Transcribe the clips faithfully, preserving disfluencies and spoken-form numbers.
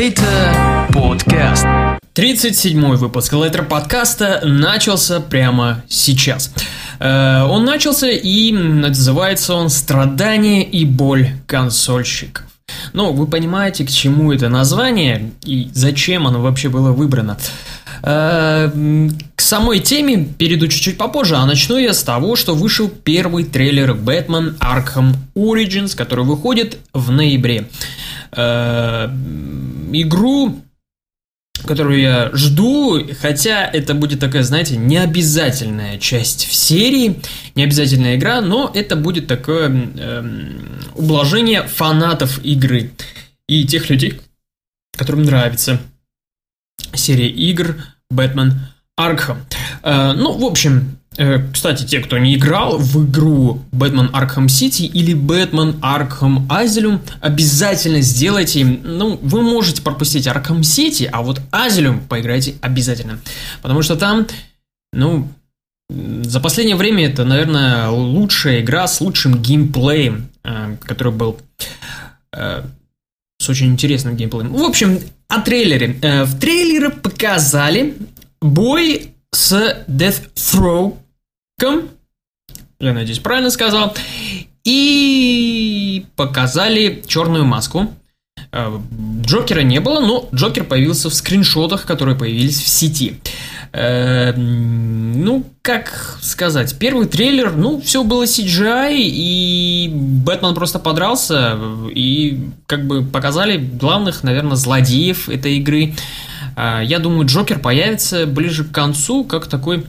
Лейтер Подкаст. тридцать седьмой выпуск Лейтер Подкаста начался прямо сейчас. Э, он начался и называется он «Страдания и боль консольщиков». Ну, вы понимаете, к чему это название и зачем оно вообще было выбрано. К самой теме перейду чуть-чуть попозже, а начну я с того, что вышел первый трейлер Batman Arkham Origins, который выходит в ноябре. Игру, которую я жду, хотя это будет такая, знаете, необязательная часть в серии, необязательная игра, но это будет такое э, ублажение фанатов игры и тех людей, которым нравится серия игр Batman Arkham. Э, ну, в общем, э, кстати, те, кто не играл в игру Batman Arkham City или Batman Arkham Asylum, обязательно сделайте. Ну, вы можете пропустить Arkham City, а вот Asylum поиграйте обязательно. Потому что там, ну, за последнее время это, наверное, лучшая игра с лучшим геймплеем, э, который был... Э, с очень интересным геймплеем. В общем, о трейлере. Э, в трейлере показали бой с Deathstroke. Я надеюсь, правильно сказал. И показали черную маску. Э, Джокера не было, но Джокер появился в скриншотах, которые появились в сети. Э, ну, как сказать, первый трейлер, ну, все было си джи ай, и Бэтмен просто подрался, и как бы показали главных, наверное, злодеев этой игры. Э, я думаю, Джокер появится ближе к концу, как такой,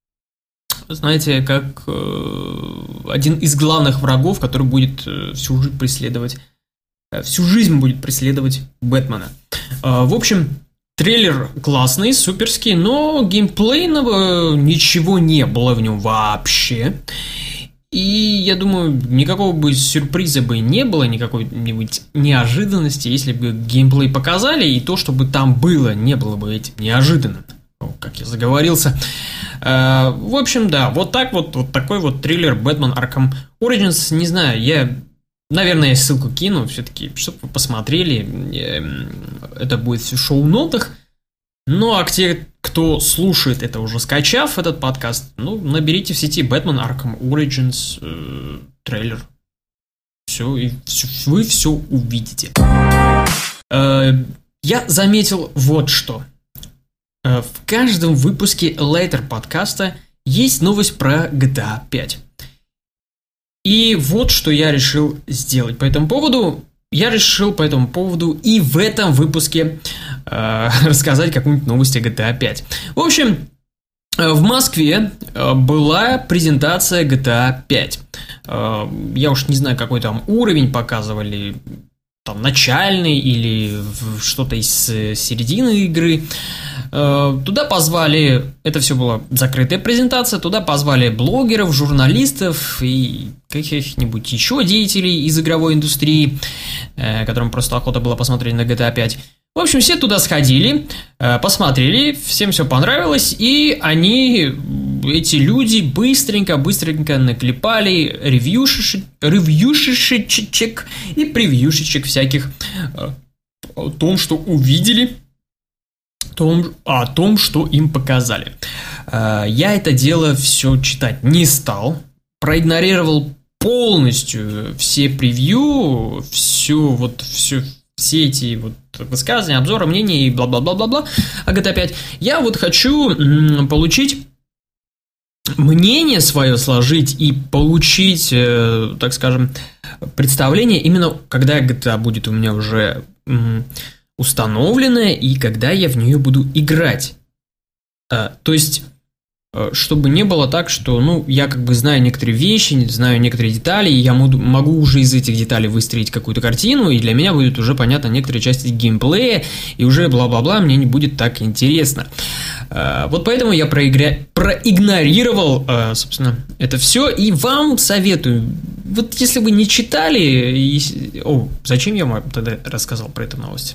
знаете, как э, один из главных врагов, который будет э, всю жизнь преследовать, э, всю жизнь будет преследовать Бэтмена. Э, в общем... Трейлер классный, суперский, но геймплейного ничего не было в нем вообще. И я думаю, никакого бы сюрприза бы не было, никакой-нибудь неожиданности, если бы геймплей показали, и то, чтобы там было, не было бы этим неожиданным. О, как я заговорился. Э, в общем, да, вот так вот, вот такой вот трейлер Batman Arkham Origins. Не знаю, я... Наверное, я ссылку кину, все-таки, чтобы вы посмотрели. Это будет в шоу-нотах. Ну, а те, кто слушает это уже скачав, этот подкаст, ну, наберите в сети Batman Arkham Origins э, трейлер. Все, и все, вы все увидите. Э, я заметил вот что. Э, в каждом выпуске Лейтер подкаста есть новость про джи ти эй пять. И вот что я решил сделать по этому поводу. Я решил по этому поводу и в этом выпуске э, рассказать какую-нибудь новость о джи ти эй пять. В общем, э, в Москве э, была презентация джи ти эй пять. Э, я уж не знаю, какой там уровень показывали, там начальный или что-то из середины игры. Туда позвали, это все была закрытая презентация, туда позвали блогеров, журналистов и каких-нибудь еще деятелей из игровой индустрии, которым просто охота было посмотреть на джи ти эй пять. В общем, все туда сходили, посмотрели, всем все понравилось, и они, эти люди, быстренько-быстренько наклепали ревьюшечек, ревьюшечек и превьюшечек всяких о том, что увидели, том, о том, что им показали. Я это дело все читать не стал, проигнорировал полностью все превью, все вот все, все эти вот высказывания, обзоры, мнения и бла-бла-бла-бла-бла о джи ти эй пять. Я вот хочу м, получить мнение свое сложить и получить, э, так скажем, представление именно когда джи ти эй будет у меня уже м, установленная и когда я в нее буду играть. А, то есть, чтобы не было так, что, ну, я как бы знаю некоторые вещи, знаю некоторые детали, и я могу, могу уже из этих деталей выстроить какую-то картину, и для меня будет уже понятно некоторые части геймплея, и уже бла-бла-бла, мне не будет так интересно. А, вот поэтому я проигра... проигнорировал, а, собственно, это все, и вам советую, вот если вы не читали, и... О, зачем я вам тогда рассказал про эту новость?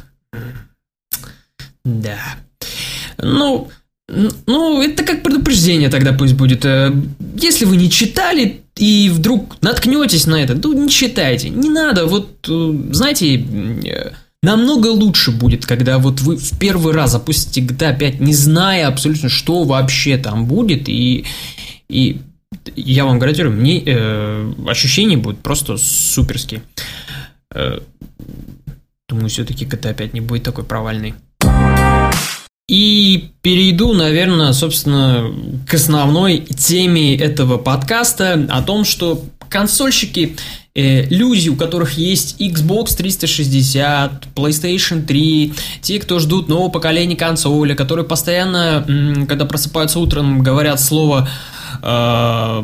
Да. Ну... Ну, это как предупреждение тогда пусть будет. Если вы не читали и вдруг наткнетесь на это, то не читайте. Не надо, вот, знаете, намного лучше будет, когда вот вы в первый раз запустите джи ти эй пять, не зная абсолютно, что вообще там будет, и, и я вам гарантирую, мне э, ощущения будут просто суперские. Э, думаю, все-таки джи ти эй пять не будет такой провальный. И перейду, наверное, собственно, к основной теме этого подкаста, о том, что консольщики, э, люди, у которых есть Xbox триста шестьдесят, PlayStation три, те, кто ждут нового поколения консоли, которые постоянно, м, когда просыпаются утром, говорят слово э,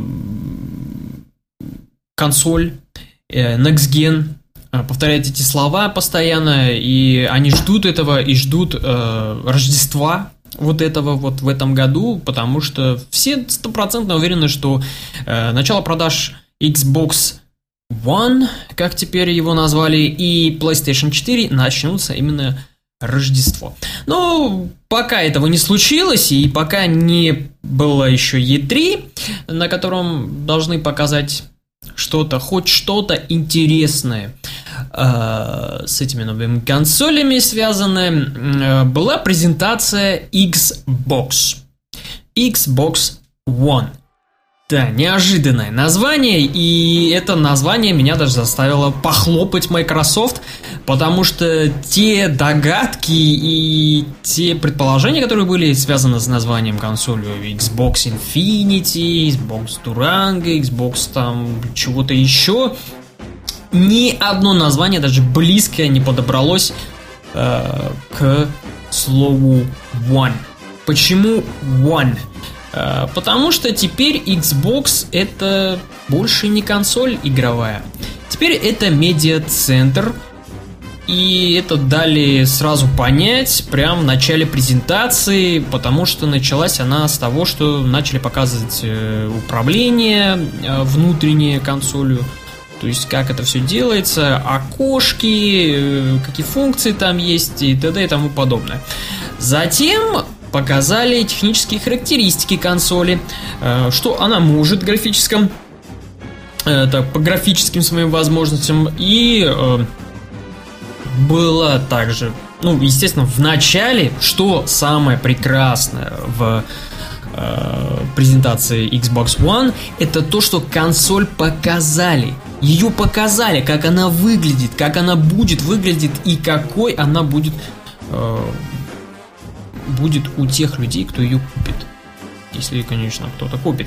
консоль, э, Next Gen, повторяют эти слова постоянно, и они ждут этого, и ждут э, Рождества вот этого вот в этом году, потому что все стопроцентно уверены, что э, начало продаж Xbox One, как теперь его назвали, и PlayStation четыре начнутся именно Рождество. Но пока этого не случилось, и пока не было еще и три, на котором должны показать что-то, хоть что-то интересное э, с этими новыми консолями связанное, э, была презентация Xbox. Xbox One. Да, неожиданное название, и это название меня даже заставило похлопать Microsoft, потому что те догадки и те предположения, которые были связаны с названием консоли, Xbox Infinity, Xbox Durango, Xbox там чего-то еще, ни одно название даже близко не подобралось э, к слову One. Почему One? Потому что теперь Xbox это больше не консоль игровая. Теперь это медиацентр. И это дали сразу понять прямо в начале презентации, потому что началась она с того, что начали показывать управление внутреннее консолью. То есть, как это все делается, окошки, какие функции там есть и т.д. и тому подобное. Затем показали технические характеристики консоли, что она может в графическом, так, по графическим своим возможностям, и было также, ну, естественно, в начале, что самое прекрасное в презентации Xbox One, это то, что консоль показали. Ее показали, как она выглядит, как она будет выглядеть и какой она будет будет у тех людей, кто ее купит. Если, конечно, кто-то купит.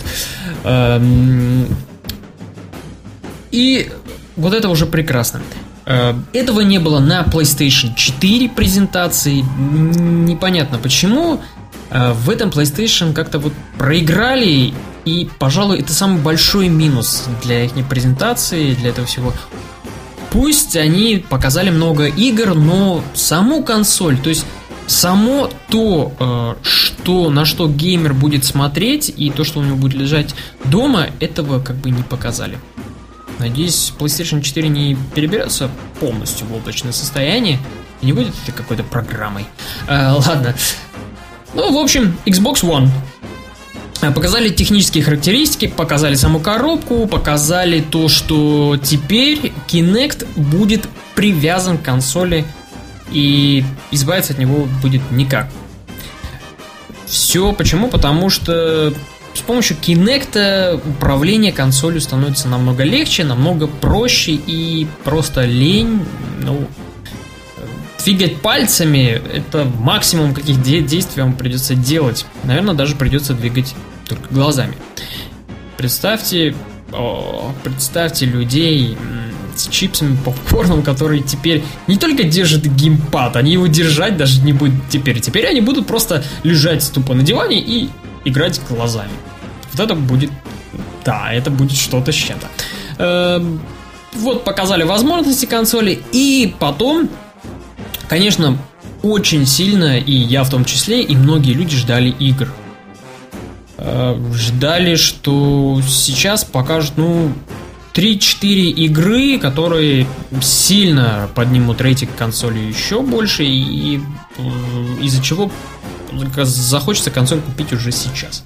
И вот это уже прекрасно. Этого не было на PlayStation четыре презентации. Непонятно почему. В этом PlayStation как-то вот проиграли. И, пожалуй, это самый большой минус для их презентации, для этого всего. Пусть они показали много игр, но саму консоль, то есть само то, что, на что геймер будет смотреть, и то, что у него будет лежать дома, этого как бы не показали. Надеюсь, PlayStation четыре не переберется полностью в облачное состояние и не будет это какой-то программой. А, ладно. Ну, в общем, Xbox One. Показали технические характеристики, показали саму коробку, показали то, что теперь Kinect будет привязан к консоли, и избавиться от него будет никак. Все почему? Потому что с помощью Kinect управление консолью становится намного легче, намного проще, и просто лень, ну, двигать пальцами — это максимум каких де- действий вам придется делать. Наверное, даже придется двигать только глазами. Представьте, о, представьте людей с чипсами, попкорном, которые теперь не только держат геймпад, они его держать даже не будут теперь. Теперь они будут просто лежать тупо на диване и играть глазами. Вот это будет... Да, это будет что-то с чем-то. Эм, вот показали возможности консоли, и потом, конечно, очень сильно, и я в том числе, и многие люди ждали игр. Э, ждали, что сейчас покажут, ну, три-четыре игры, которые сильно поднимут рейтинг консоли еще больше, и, и из-за чего захочется консоль купить уже сейчас.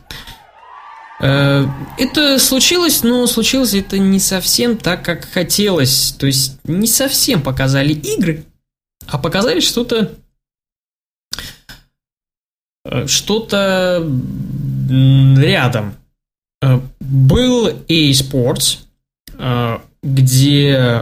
Это случилось, но случилось это не совсем так, как хотелось. То есть не совсем показали игры, а показали что-то что-то рядом. Был и эй Sports, где,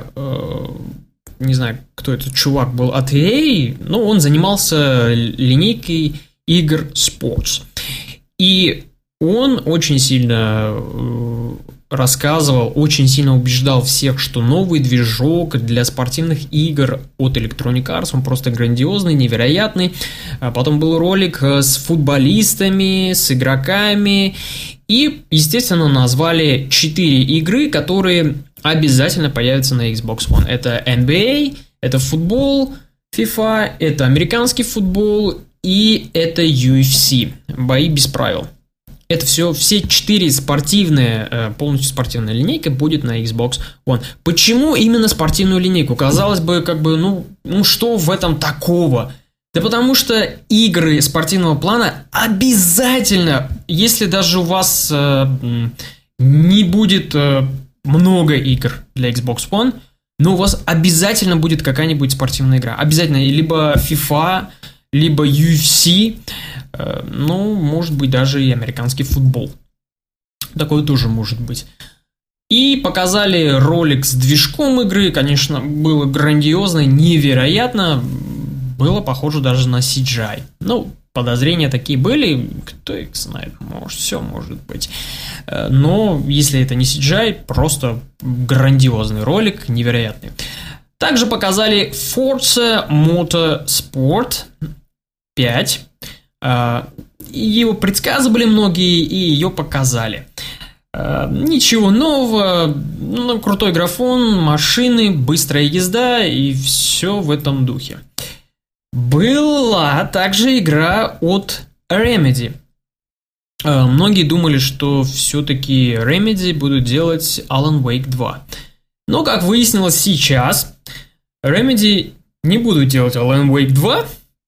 не знаю, кто этот чувак был от и эй, но он занимался линейкой игр Sports. И он очень сильно рассказывал, очень сильно убеждал всех, что новый движок для спортивных игр от Electronic Arts, он просто грандиозный, невероятный. Потом был ролик с футболистами, с игроками. И, естественно, назвали четыре игры, которые обязательно появятся на Xbox One. Это эн би эй, это футбол, FIFA, это американский футбол и это ю эф си, бои без правил. Это все, все четыре спортивные, полностью спортивная линейка будет на Xbox One. Почему именно спортивную линейку? Казалось бы, как бы, ну, ну что в этом такого? Да потому что игры спортивного плана обязательно, если даже у вас э, не будет э, много игр для Xbox One, но у вас обязательно будет какая-нибудь спортивная игра. Обязательно либо FIFA, либо ю эф си, э, ну, может быть, даже и американский футбол. Такое тоже может быть. И показали ролик с движком игры. Конечно, было грандиозно, невероятно. Было похоже даже на си джи ай. Ну, подозрения такие были. Кто их знает, может, все может быть. Но если это не си джи ай, просто грандиозный ролик, невероятный. Также показали Forza Motorsport пять. Его предсказывали многие, и ее показали. Ничего нового, ну, крутой графон, машины, быстрая езда и все в этом духе. Была также игра от Remedy. Многие думали, что все-таки Remedy будут делать Alan Wake два. Но, как выяснилось сейчас, Remedy не будут делать Alan Wake два.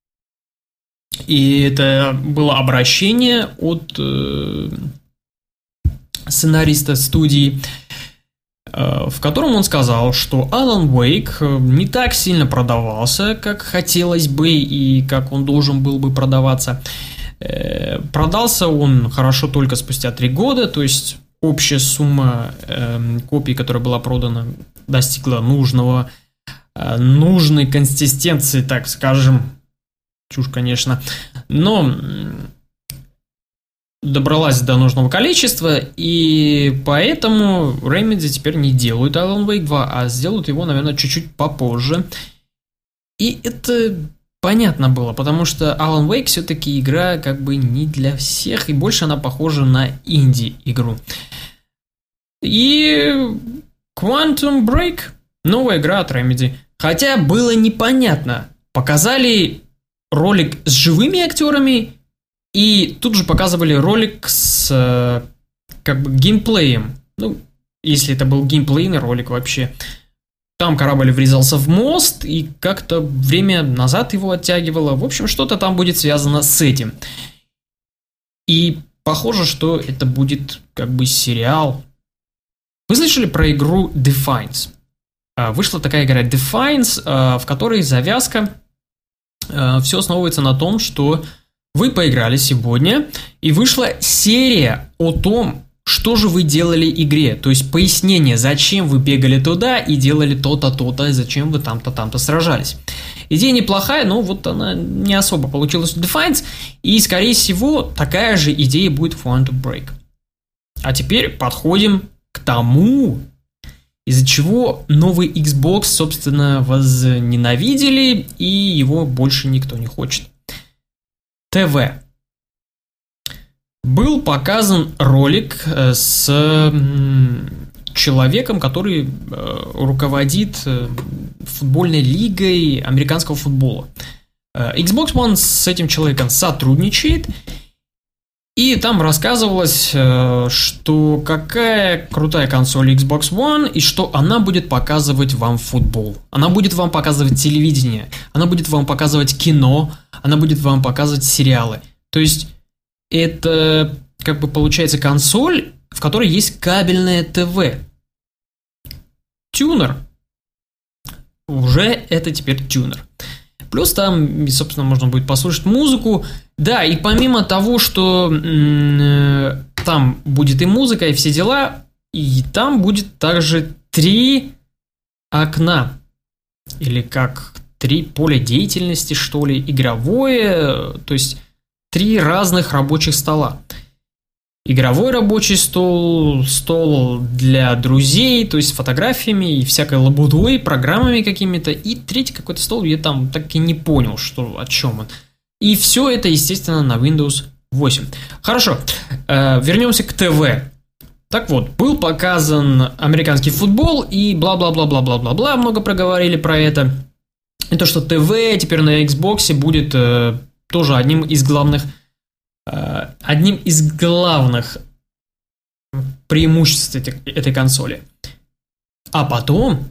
И это было обращение от э, сценариста студии, э, в котором он сказал, что Alan Wake не так сильно продавался, как хотелось бы и как он должен был бы продаваться. Э, продался он хорошо только спустя три года, то есть общая сумма э, копий, которая была продана, достигла нужного, э, нужной консистенции, так скажем. Чушь, конечно, но добралась до нужного количества, и поэтому Remedy теперь не делают Alan Wake два, а сделают его, наверное, чуть-чуть попозже. И это понятно было, потому что Alan Wake все-таки игра как бы не для всех, и больше она похожа на инди-игру. И Quantum Break, новая игра от Remedy. Хотя было непонятно, показали ролик с живыми актерами, и тут же показывали ролик с как бы геймплеем. Ну, если это был геймплейный ролик вообще. Там корабль врезался в мост, и как-то время назад его оттягивало. В общем, что-то там будет связано с этим. И похоже, что это будет как бы сериал. Вы слышали про игру Defiance? Вышла такая игра Defiance, в которой завязка. Все основывается на том, что вы поиграли сегодня, и вышла серия о том, что же вы делали в игре. То есть пояснение, зачем вы бегали туда и делали то-то, то-то, и зачем вы там-то, там-то сражались. Идея неплохая, но вот она не особо получилась в Defiance, и, скорее всего, такая же идея будет в Quantum Break. А теперь подходим к тому, из-за чего новый Xbox, собственно, возненавидели, и его больше никто не хочет. ТВ. Был показан ролик с человеком, который руководит футбольной лигой американского футбола. Xbox One с этим человеком сотрудничает. И там рассказывалось, что какая крутая консоль Xbox One, и что она будет показывать вам футбол. Она будет вам показывать телевидение, она будет вам показывать кино, она будет вам показывать сериалы. То есть, это как бы получается консоль, в которой есть кабельное ТВ. Тюнер. Уже это теперь тюнер. Плюс там, собственно, можно будет послушать музыку. Да, и помимо того, что м- там будет и музыка, и все дела, и там будет также три окна. Или как три поля деятельности, что ли, игровое, то есть три разных рабочих стола. Игровой рабочий стол, стол для друзей, то есть с фотографиями и всякой лабудой, программами какими-то, и третий какой-то стол, я там так и не понял, что, о чем он. И все это, естественно, на Windows восемь. Хорошо, э, вернемся к ТВ. Так вот, был показан американский футбол и бла-бла-бла-бла-бла-бла-бла, много проговорили про это. И то, что ТВ теперь на Xbox будет э, тоже одним из главных э, одним из главных преимуществ этой, этой консоли. А потом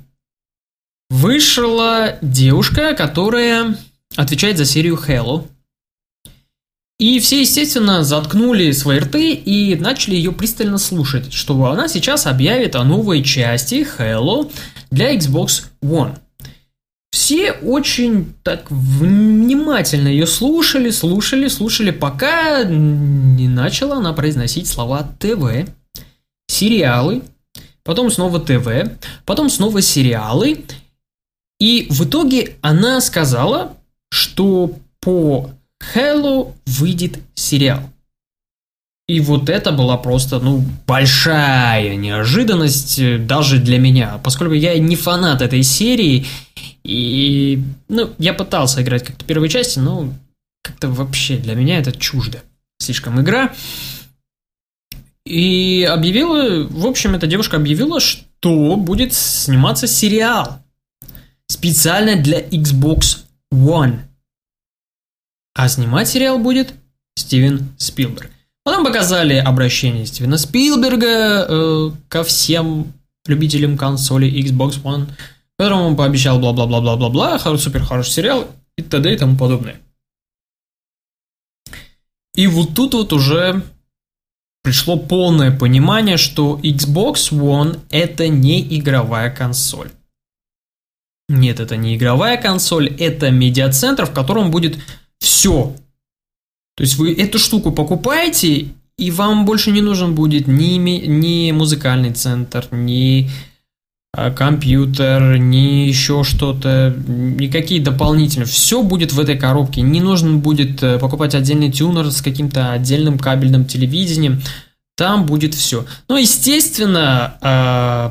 вышла девушка, которая отвечает за серию Halo. И все, естественно, заткнули свои рты и начали ее пристально слушать, что она сейчас объявит о новой части Halo для Xbox One. Все очень так внимательно ее слушали, слушали, слушали, пока не начала она произносить слова ТВ, сериалы, потом снова ТВ, потом снова сериалы. И в итоге она сказала, что по Halo выйдет сериал. И вот это была просто, ну, большая неожиданность даже для меня, поскольку я не фанат этой серии, и, ну, я пытался играть как-то в первой части, но как-то вообще для меня это чуждо. Слишком игра. И объявила, в общем, эта девушка объявила, что будет сниматься сериал специально для Xbox One. А снимать сериал будет Стивен Спилберг. Потом показали обращение Стивена Спилберга э, ко всем любителям консоли Xbox One, которому он пообещал бла-бла-бла-бла-бла-бла, супер хороший сериал и т.д. и тому подобное. И вот тут вот уже пришло полное понимание, что Xbox One это не игровая консоль. Нет, это не игровая консоль, это медиацентр, в котором будет все. То есть вы эту штуку покупаете, и вам больше не нужен будет ни, ни музыкальный центр, ни а, компьютер, ни еще что-то, никакие дополнительные. Все будет в этой коробке. Не нужно будет покупать отдельный тюнер с каким-то отдельным кабельным телевидением. Там будет все. Ну, естественно, а,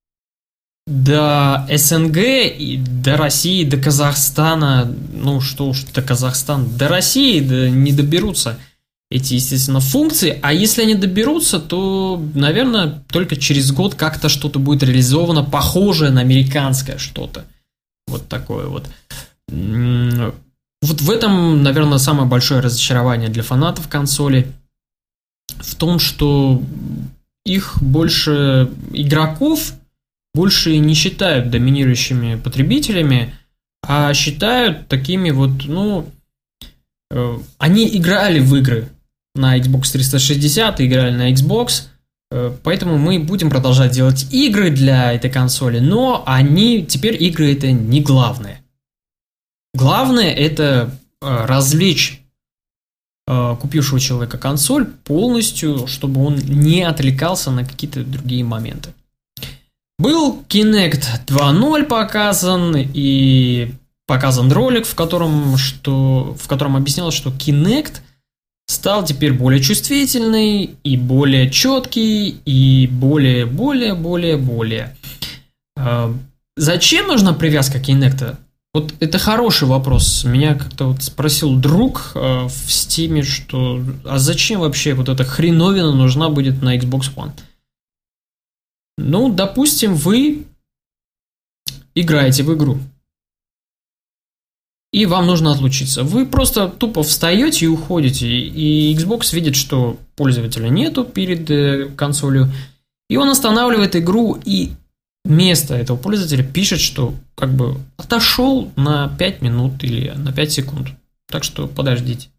до СНГ, и до России, до Казахстана, ну что уж до Казахстана, до России да, не доберутся эти, естественно, функции, а если они доберутся, то, наверное, только через год как-то что-то будет реализовано, похожее на американское что-то. Вот такое вот. Вот в этом, наверное, самое большое разочарование для фанатов консоли, в том, что их больше игроков больше не считают доминирующими потребителями, а считают такими вот, ну, э, они играли в игры на Xbox триста шестьдесят, играли на Xbox, э, поэтому мы будем продолжать делать игры для этой консоли, но они, теперь игры это не главное. Главное это э, развлечь э, купившего человека консоль полностью, чтобы он не отвлекался на какие-то другие моменты. Был Kinect два ноль показан, и показан ролик, в котором, что, в котором объяснялось, что Kinect стал теперь более чувствительный, и более четкий, и более, более, более, более. Э, зачем нужна привязка Kinect? Вот это хороший вопрос. Меня как-то вот спросил друг э, в Steam, что а зачем вообще вот эта хреновина нужна будет на Xbox One? Ну, допустим, вы играете в игру, и вам нужно отлучиться. Вы просто тупо встаете и уходите, и Xbox видит, что пользователя нету перед консолью, и он останавливает игру, и вместо этого пользователя пишет, что как бы отошел на пять минут или на пять секунд. Так что подождите.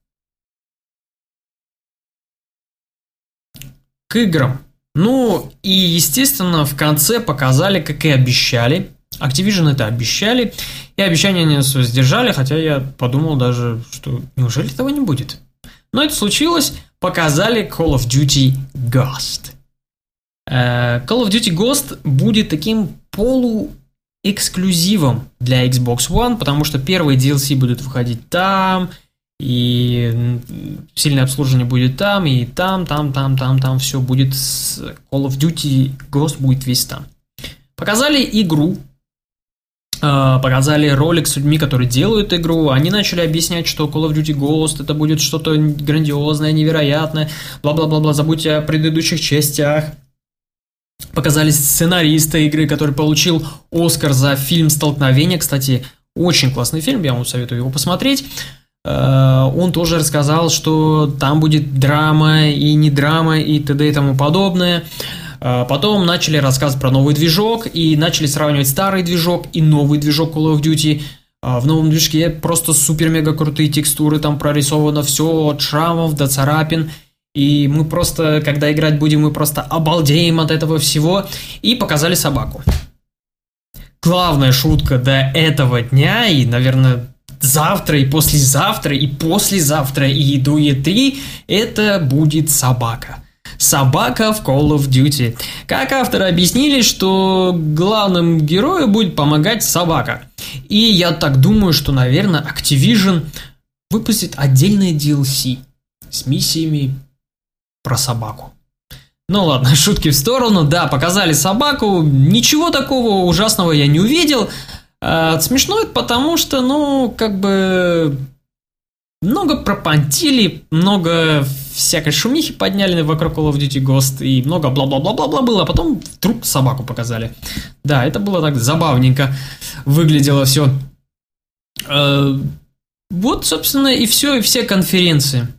К играм. Ну, и, естественно, в конце показали, как и обещали, Activision это обещали, и обещания они сдержали, хотя я подумал даже, что неужели этого не будет? Но это случилось, показали Call of Duty Ghost. Call of Duty Ghost будет таким полуэксклюзивом для Xbox One, потому что первые ди эл си будут выходить там, и сильное обслуживание будет там, и там, там, там, там, там, все будет с Call of Duty Ghost будет весь там. Показали игру, показали ролик с людьми, которые делают игру, они начали объяснять, что Call of Duty Ghost это будет что-то грандиозное, невероятное, бла-бла-бла-бла, забудьте о предыдущих частях. Показали сценариста игры, который получил Оскар за фильм «Столкновение». Кстати, очень классный фильм, я вам советую его посмотреть. Он тоже рассказал, что там будет драма и не драма и т.д. и тому подобное. Потом начали рассказывать про новый движок и начали сравнивать старый движок и новый движок Call of Duty. В новом движке просто супер-мега крутые текстуры, там прорисовано все от шрамов до царапин. И мы просто, когда играть будем, мы просто обалдеем от этого всего. И показали собаку. Главная шутка до этого дня и, наверное, завтра и послезавтра и послезавтра и до и три это будет собака. Собака в Call of Duty. Как авторы объяснили, что главному герою будет помогать собака. И я так думаю, что, наверное, Activision выпустит отдельное ди эл си с миссиями про собаку. Ну ладно, шутки в сторону. Да, показали собаку. Ничего такого ужасного я не увидел. А, смешно это потому, что, ну, как бы... Много пропантили, много всякой шумихи подняли вокруг Call of Duty Ghost, и много бла-бла-бла-бла-бла было, а потом вдруг собаку показали. Да, это было так забавненько, выглядело все. Вот, собственно, и все, и все конференции.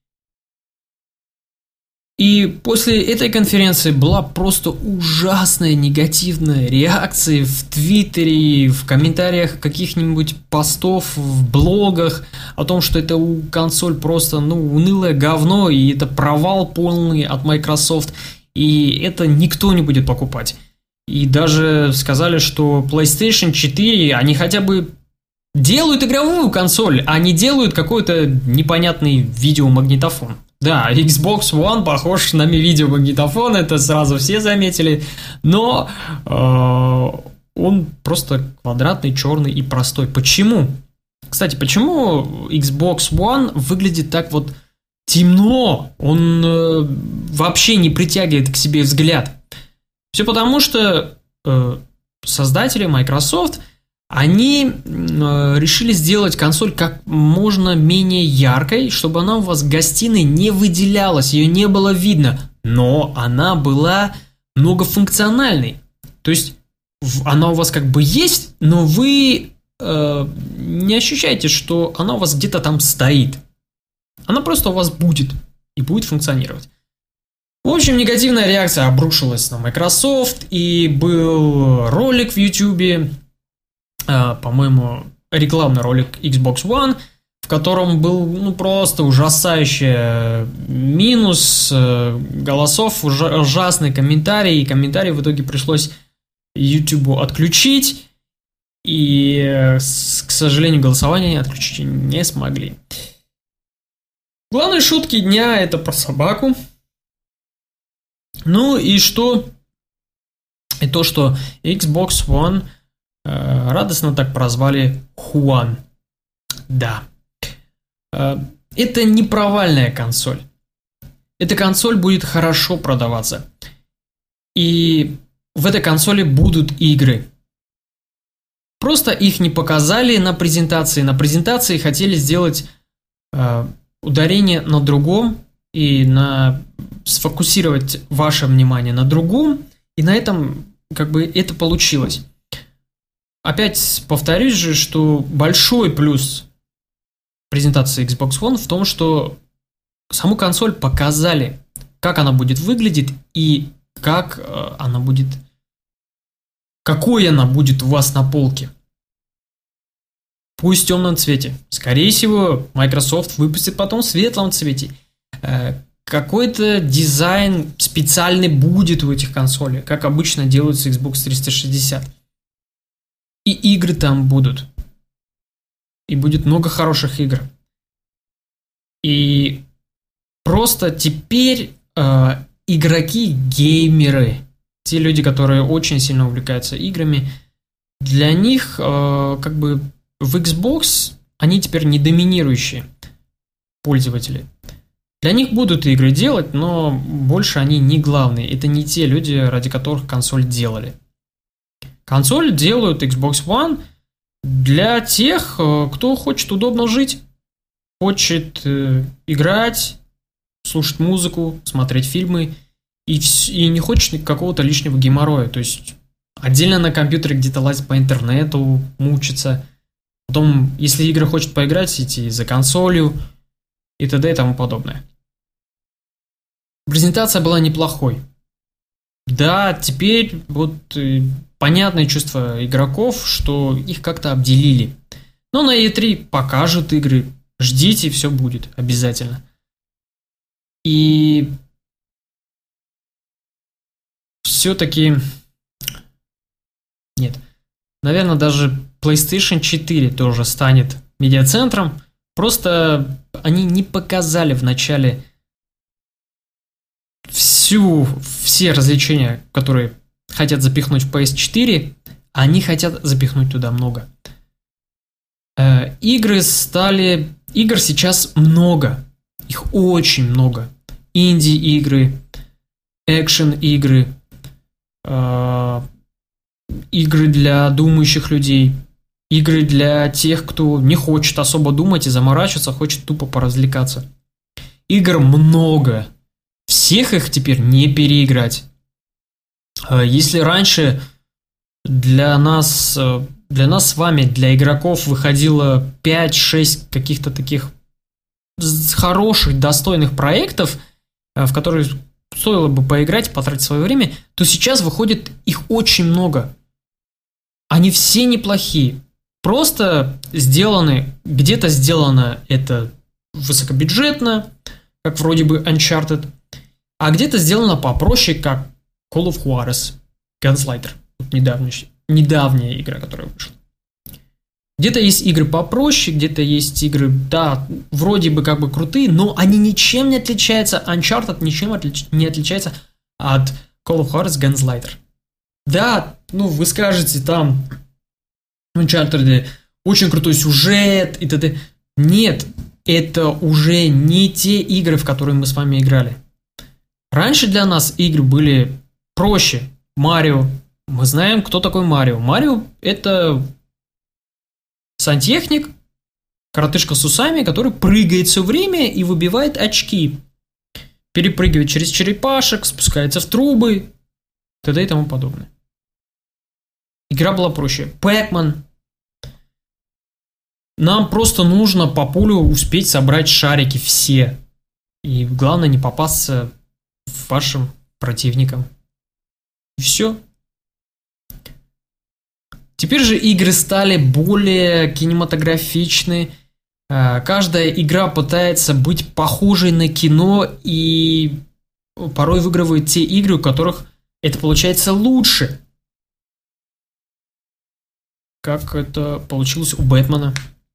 И после этой конференции была просто ужасная негативная реакция в Твиттере, в комментариях каких-нибудь постов, в блогах о том, что это у консоль просто, ну, унылое говно, и это провал полный от Microsoft, и это никто не будет покупать. И даже сказали, что PlayStation четыре, они хотя бы делают игровую консоль, а не делают какой-то непонятный видеомагнитофон. Да, Xbox One похож на видеомагнитофон, это сразу все заметили, но э, он просто квадратный, черный и простой. Почему? Кстати, почему Xbox One выглядит так вот темно? Он э, вообще не притягивает к себе взгляд. Все потому, что э, создатели Microsoft... Они э, решили сделать консоль как можно менее яркой, чтобы она у вас в гостиной не выделялась, ее не было видно, но она была многофункциональной. То есть она у вас как бы есть, но вы э, не ощущаете, что она у вас где-то там стоит. Она просто у вас будет и будет функционировать. В общем, негативная реакция обрушилась на Microsoft, и был ролик в YouTube, по-моему, рекламный ролик Xbox One, в котором был, ну, просто ужасающий минус голосов, ужасный комментарий, и комментарий в итоге пришлось YouTube отключить, и, к сожалению, голосование отключить не смогли. Главные шутки дня — это про собаку. Ну и что? И то, что Xbox One радостно так прозвали One. Да. Это не провальная консоль. Эта консоль будет хорошо продаваться. И в этой консоли будут игры. Просто их не показали на презентации. На презентации хотели сделать э, ударение на другом и на сфокусировать ваше внимание на другом. И на этом как бы это получилось. Опять повторюсь же, что большой плюс презентации Xbox One в том, что саму консоль показали, как она будет выглядеть и как она будет, какой она будет у вас на полке. Пусть в темном цвете. Скорее всего, Microsoft выпустит потом в светлом цвете. Какой-то дизайн специальный будет у этих консолей, как обычно делают с Xbox триста шестьдесят. И игры там будут. И будет много хороших игр. И просто теперь э, игроки, геймеры, те люди, которые очень сильно увлекаются играми, для них э, как бы в Xbox они теперь не доминирующие пользователи. Для них будут игры делать, но больше они не главные. Это не те люди, ради которых консоль делали. Консоль делают Xbox One для тех, кто хочет удобно жить, хочет э, играть, слушать музыку, смотреть фильмы и, вс- и не хочет какого-то лишнего геморроя. То есть отдельно на компьютере где-то лазить по интернету, мучиться. Потом, если игры хочет поиграть, идти за консолью и т.д. и тому подобное. Презентация была неплохой. Да, теперь вот э, понятное чувство игроков, что их как-то обделили. Но на и три покажут игры. Ждите, все будет обязательно. И все-таки нет. Наверное, даже PlayStation четыре тоже станет медиацентром. Просто они не показали в начале всю, все развлечения, которые хотят запихнуть в пи эс четыре, они хотят запихнуть туда много. Э, игры стали... Игр сейчас много. Их очень много. Инди-игры, экшен-игры, э, игры для думающих людей, игры для тех, кто не хочет особо думать и заморачиваться, хочет тупо поразвлекаться. Игр много. Всех их теперь не переиграть. Если раньше для нас, для нас с вами, для игроков выходило пять-шесть каких-то таких хороших, достойных проектов, в которые стоило бы поиграть, потратить свое время, то сейчас выходит их очень много. Они все неплохие. Просто сделаны, где-то сделано это высокобюджетно, как вроде бы Uncharted, а где-то сделано попроще, как Call of Juarez, Gunslinger, вот недавняя, недавняя игра, которая вышла. Где-то есть игры попроще, где-то есть игры, да, вроде бы как бы крутые, но они ничем не отличаются, Uncharted ничем отлич, не отличается от Call of Juarez Gunslinger. Да, ну вы скажете, там в Uncharted очень крутой сюжет и т.д. Нет, это уже не те игры, в которые мы с вами играли. Раньше для нас игры были проще. Марио. Мы знаем, кто такой Марио. Марио – это сантехник, коротышка с усами, который прыгает все время и выбивает очки. Перепрыгивает через черепашек, спускается в трубы, т.д. и тому подобное. Игра была проще. Пэкман. Нам просто нужно по полю успеть собрать шарики все. И главное не попасться вашим противникам. И все. Теперь же игры стали более кинематографичны. Каждая игра пытается быть похожей на кино, и порой выигрывают те игры, у которых это получается лучше. Как это получилось у Бэтмена.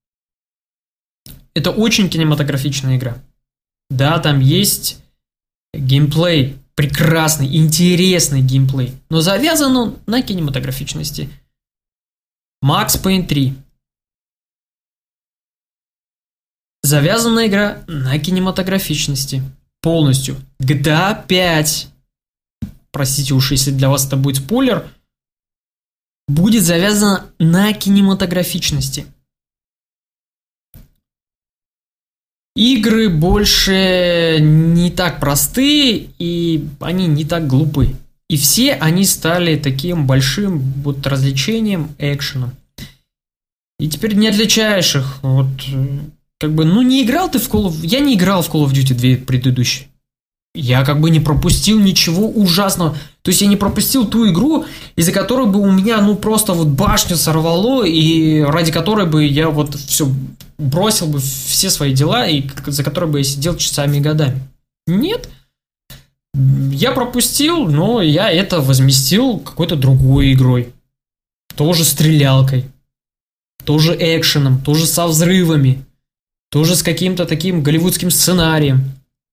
Это очень кинематографичная игра. Да, там есть геймплей, прекрасный, интересный геймплей, но завязан он на кинематографичности. Max Payne три. Завязана игра на кинематографичности. Полностью. джи ти эй пять. Простите уж, если для вас это будет спойлер. Будет завязана на кинематографичности. Игры больше не так простые, и они не так глупы. И все они стали таким большим вот развлечением, экшеном. И теперь не отличаешь их. Вот, как бы, ну не играл ты в Call of... Я не играл в Call of Duty две предыдущие. Я как бы не пропустил ничего ужасного. То есть я не пропустил ту игру, из-за которой бы у меня ну просто вот башню сорвало, и ради которой бы я вот все бросил бы все свои дела, и за которой бы я сидел часами и годами. Нет. Я пропустил, но я это возместил какой-то другой игрой. тоже стрелялкой, тоже экшеном, тоже со взрывами, тоже с каким-то таким голливудским сценарием.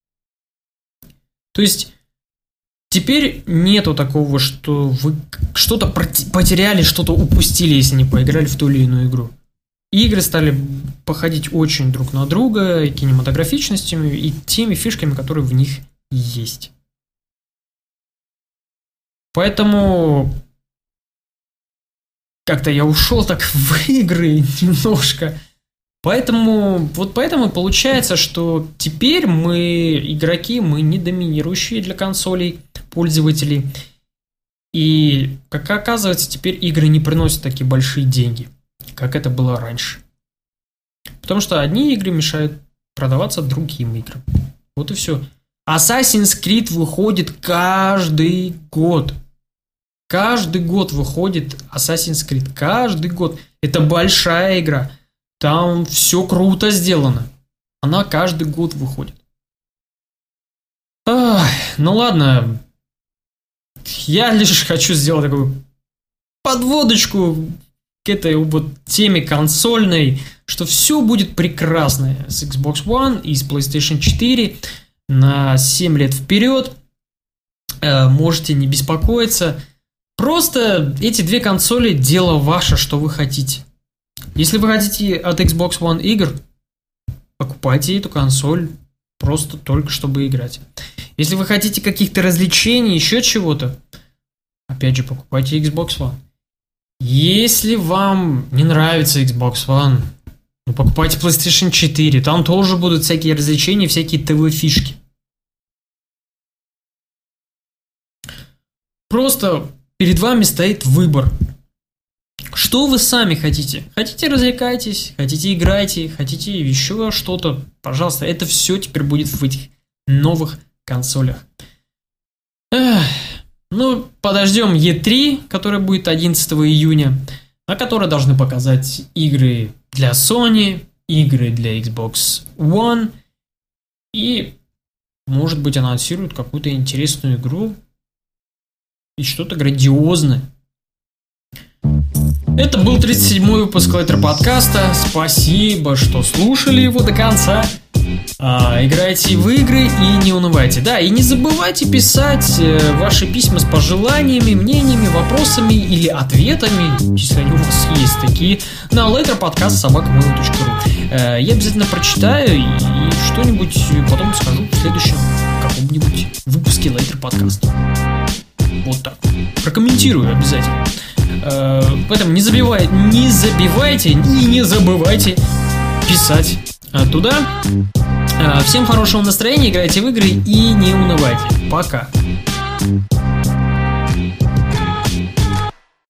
То есть теперь нету такого, что вы что-то потеряли, что-то упустили, если не поиграли в ту или иную игру. Игры стали походить очень друг на друга, и кинематографичностями, и теми фишками, которые в них есть. Поэтому как-то я ушел так в игры немножко. Поэтому, вот поэтому получается, что теперь мы, игроки, мы не доминирующие для консолей пользователей. И, как оказывается, теперь игры не приносят такие большие деньги, как это было раньше. Потому что одни игры мешают продаваться другим играм. Вот и все. Assassin's Creed выходит каждый год. Каждый год выходит Assassin's Creed. Каждый год. Это большая игра. Там все круто сделано. Она каждый год выходит. Ах, ну ладно. Я лишь хочу сделать такую подводочку к этой вот теме консольной, что все будет прекрасно с Xbox One и с PlayStation четыре на семь лет вперед. Э, можете не беспокоиться. Просто эти две консоли — дело ваше, что вы хотите. Если вы хотите от Xbox One игр, покупайте эту консоль просто только чтобы играть. Если вы хотите каких-то развлечений, еще чего-то, опять же, покупайте Xbox One. Если вам не нравится Xbox One, ну, покупайте PlayStation четыре. Там тоже будут всякие развлечения, всякие ТВ-фишки. Просто перед вами стоит выбор. Что вы сами хотите? Хотите — развлекайтесь, хотите — играйте, хотите еще что-то, пожалуйста. Это все теперь будет в этих новых консолях. Эх, ну, подождем и три, которая будет одиннадцатого июня, на которой должны показать игры для Sony, игры для Xbox One, и, может быть, анонсируют какую-то интересную игру и что-то грандиозное. Это был тридцать седьмой выпуск Лайтер подкаста. Спасибо, что слушали его до конца. А, играйте в игры и не унывайте. Да, и не забывайте писать э, ваши письма с пожеланиями, мнениями, вопросами или ответами, если они у вас есть такие, на лайтер подкаст собака мейл точка ру. Э, я обязательно прочитаю и что-нибудь потом скажу в следующем каком-нибудь выпуске Лайтер подкаста. Вот так. Прокомментирую обязательно. Поэтому не забивайте, не забивайте и не забывайте писать туда. Всем хорошего настроения, играйте в игры и не унывайте. Пока.